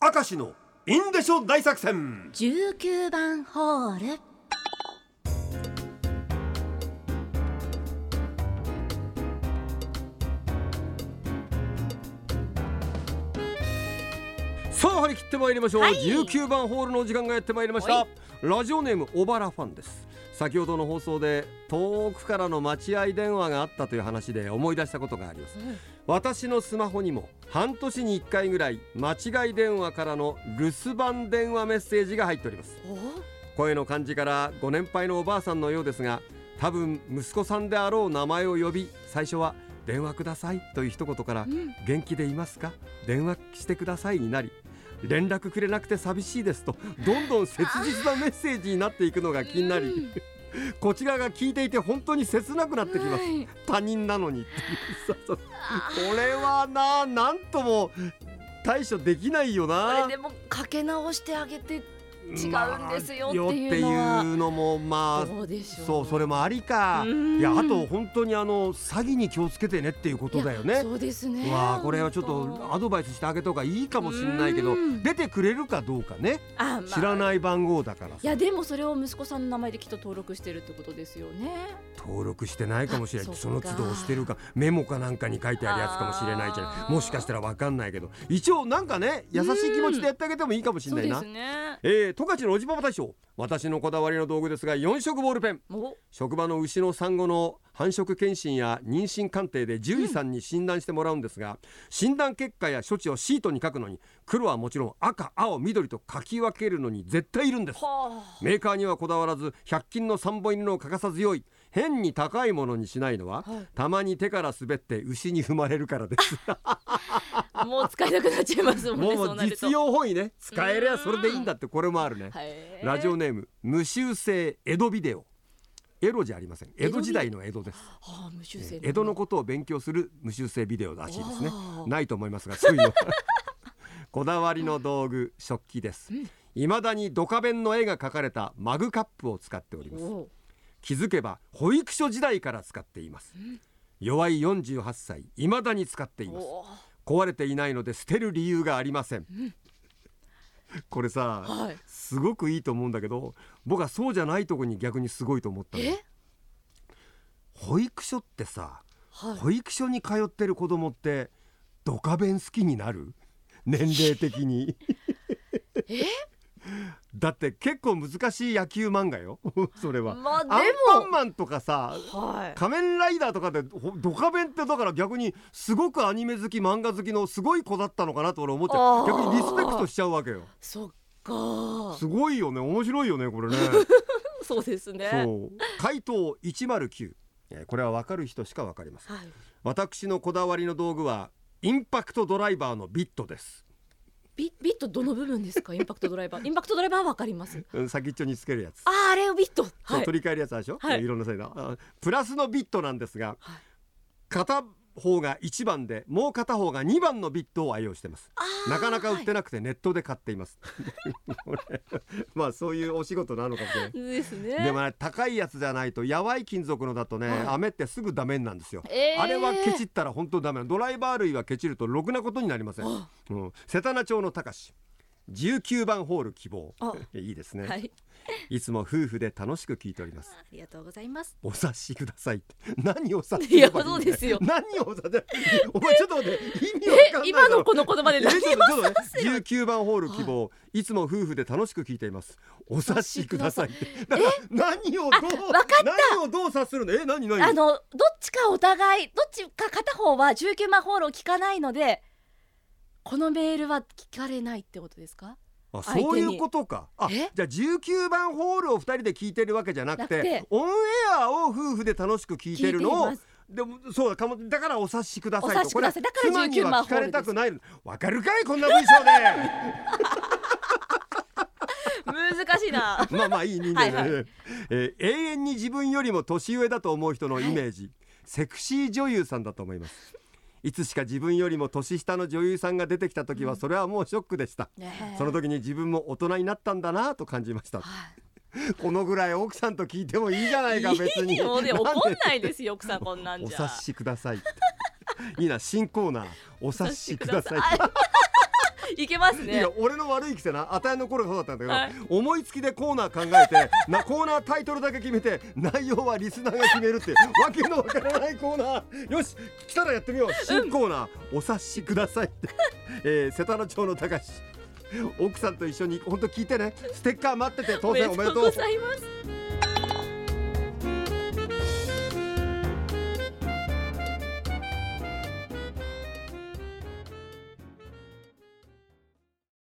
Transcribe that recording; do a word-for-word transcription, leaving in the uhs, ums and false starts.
明石のインデショ大作戦じゅうきゅうばんホール。 さあ張り切ってまいりましょう、 はい、 じゅうきゅうばんホールの時間がやってまいりました。ラジオネーム小原ファンです。先ほどの放送で遠くからの待合電話があったという話で思い出したことがあります、うん、私のスマホにも半年にいっかいぐらい間違い電話からの留守番電話メッセージが入っております。声の感じからご年配のおばあさんのようですが、多分息子さんであろう名前を呼び、最初は電話くださいという一言から、うん、元気でいますか、電話してくださいになり、連絡くれなくて寂しいですとどんどん切実なメッセージになっていくのが気になり、こちらが聞いていて本当に切なくなってきます、はい、他人なのにこれはな、なんとも対処できないよな。 これでもかけ直してあげて違うんですよっていうのは、 まあ、っていうのもまあどうでしょう。 そう、それもありか。いや、あと本当にあの詐欺に気をつけてねっていうことだよね。 そうですね。 わあ、これはちょっとアドバイスしてあげた方がいいかもしれないけど、出てくれるかどうかね、あ、まあ、知らない番号だからさ。 いやでもそれを息子さんの名前できっと登録してるってことですよね。 登録してないかもしれない。その都度押してるか、メモかなんかに書いてあるやつかもしれないじゃない。もしかしたら分かんないけど、一応なんかね、優しい気持ちでやってあげてもいいかもしれないな。 そうですね。 えー、十勝のおじパパ大将、私のこだわりの道具ですがよん色ボールペン。職場の牛の産後の繁殖検診や妊娠鑑定で獣医さんに診断してもらうんですが、うん、診断結果や処置をシートに書くのに黒はもちろん赤、青、緑と書き分けるのに絶対いるんです。メーカーにはこだわらずひゃく均のさんぼん入りのを欠かさず用意。変に高いものにしないのは、はい、たまに手から滑って牛に踏まれるからですもう使えなくなっちゃいますもんね。 もう実用本位ね、使えればそれでいいんだって。これもあるね。ラジオネーム無修正江戸ビデオ。エロじゃありません、江戸時代の江戸です。はあ、無修正。江戸のことを勉強する無修正ビデオらしいですね。ないと思いますが、そういうのこだわりの道具、食器です。いまだにドカベンの絵が描かれたマグカップを使っております。気づけば保育所時代から使っています。弱いよんじゅうはっさい、いまだに使っています。壊れていないので捨てる理由がありません。これさ、はい、すごくいいと思うんだけど、僕はそうじゃないとこに逆にすごいと思ったの。え保育所ってさ、はい、保育所に通ってる子供ってドカベン好きになる？年齢的にえだって結構難しい野球漫画よそれは、まあ、でもアンパンマンとかさ、はい、仮面ライダーとかでドカベンってだから逆にすごくアニメ好き漫画好きのすごい子だったのかなと俺思っちゃう。逆にリスペクトしちゃうわけよ。そっか、すごいよね、面白いよねこれねそうですね。 そう回答いちまるきゅう、これは分かる人しか分かります、はい、私のこだわりの道具はインパクトドライバーのビットです。 ビ, ビットどの部分ですか？インパクトドライバーインパクトドライバーは分かります。 先っちょにつけるやつ。 あ, あれをビット、 はい、取り替えるやつでしょ、はい、いろんなサイズプラスのビットなんですが、はい、片方がいちばんでもう片方がにばんのビットを愛用してます。なかなか売ってなくてネットで買っています、はい、まあそういうお仕事なのかもしれないですね。でも、ね、高いやつじゃないと、やわい金属のだとね、はい、雨ってすぐダメなんですよ、えー、あれはケチったら本当ダメなの。ドライバー類はケチるとろくなことになりません、うん、瀬田名町のたかしじゅうきゅうばんホール希望いいですね、はい、いつも夫婦で楽しく聞いております。 ありがとうございます。 お察しくださいって。何を察しればいいんだよ。いやそうですよ。何を察しお前ちょっと待って意味わかんない。 今のこの言葉で何を察すよ。 じゅうきゅうばんホール希望、はい、いつも夫婦で楽しく聞いています。お察しくださいって。だから何をどう何をどう察するの？え何何？ あのどっちかお互いどっちか片方はじゅうきゅうばんホールを聞かないので、このメールは聞かれないってことですか？ あ、そういうことか。あ、じゃあじゅうきゅうばんホールをふたりで聞いてるわけじゃなくて、オンエアを夫婦で楽しく聞いてるのを、でもそうだかも、だからお察しくださいと。これ妻には聞かれたくない。わかるかいこんな文章で難しいなまあまあいい人間で、はいはい、えー、永遠に自分よりも年上だと思う人のイメージ、はい、セクシー女優さんだと思います。いつしか自分よりも年下の女優さんが出てきた時は、それはもうショックでした、うん、その時に自分も大人になったんだなと感じました、はい、このぐらい奥さんと聞いてもいいじゃないか別に。 いいよね、怒んないですよ奥さんこんなんじゃ。 お察しくださいっていいな、新コーナーお察しくださいいけますね。 いや俺の悪い癖な、あたやの頃そうだったんだけど、 はい、 思いつきでコーナー考えてなコーナータイトルだけ決めて内容はリスナーが決めるってわけのわからないコーナー。よし来たらやってみよう。新コーナー、うん、お察しくださいって、えー、瀬田野町のたかし奥さんと一緒に本当聞いてね。ステッカー待ってて当選おめでとうございます。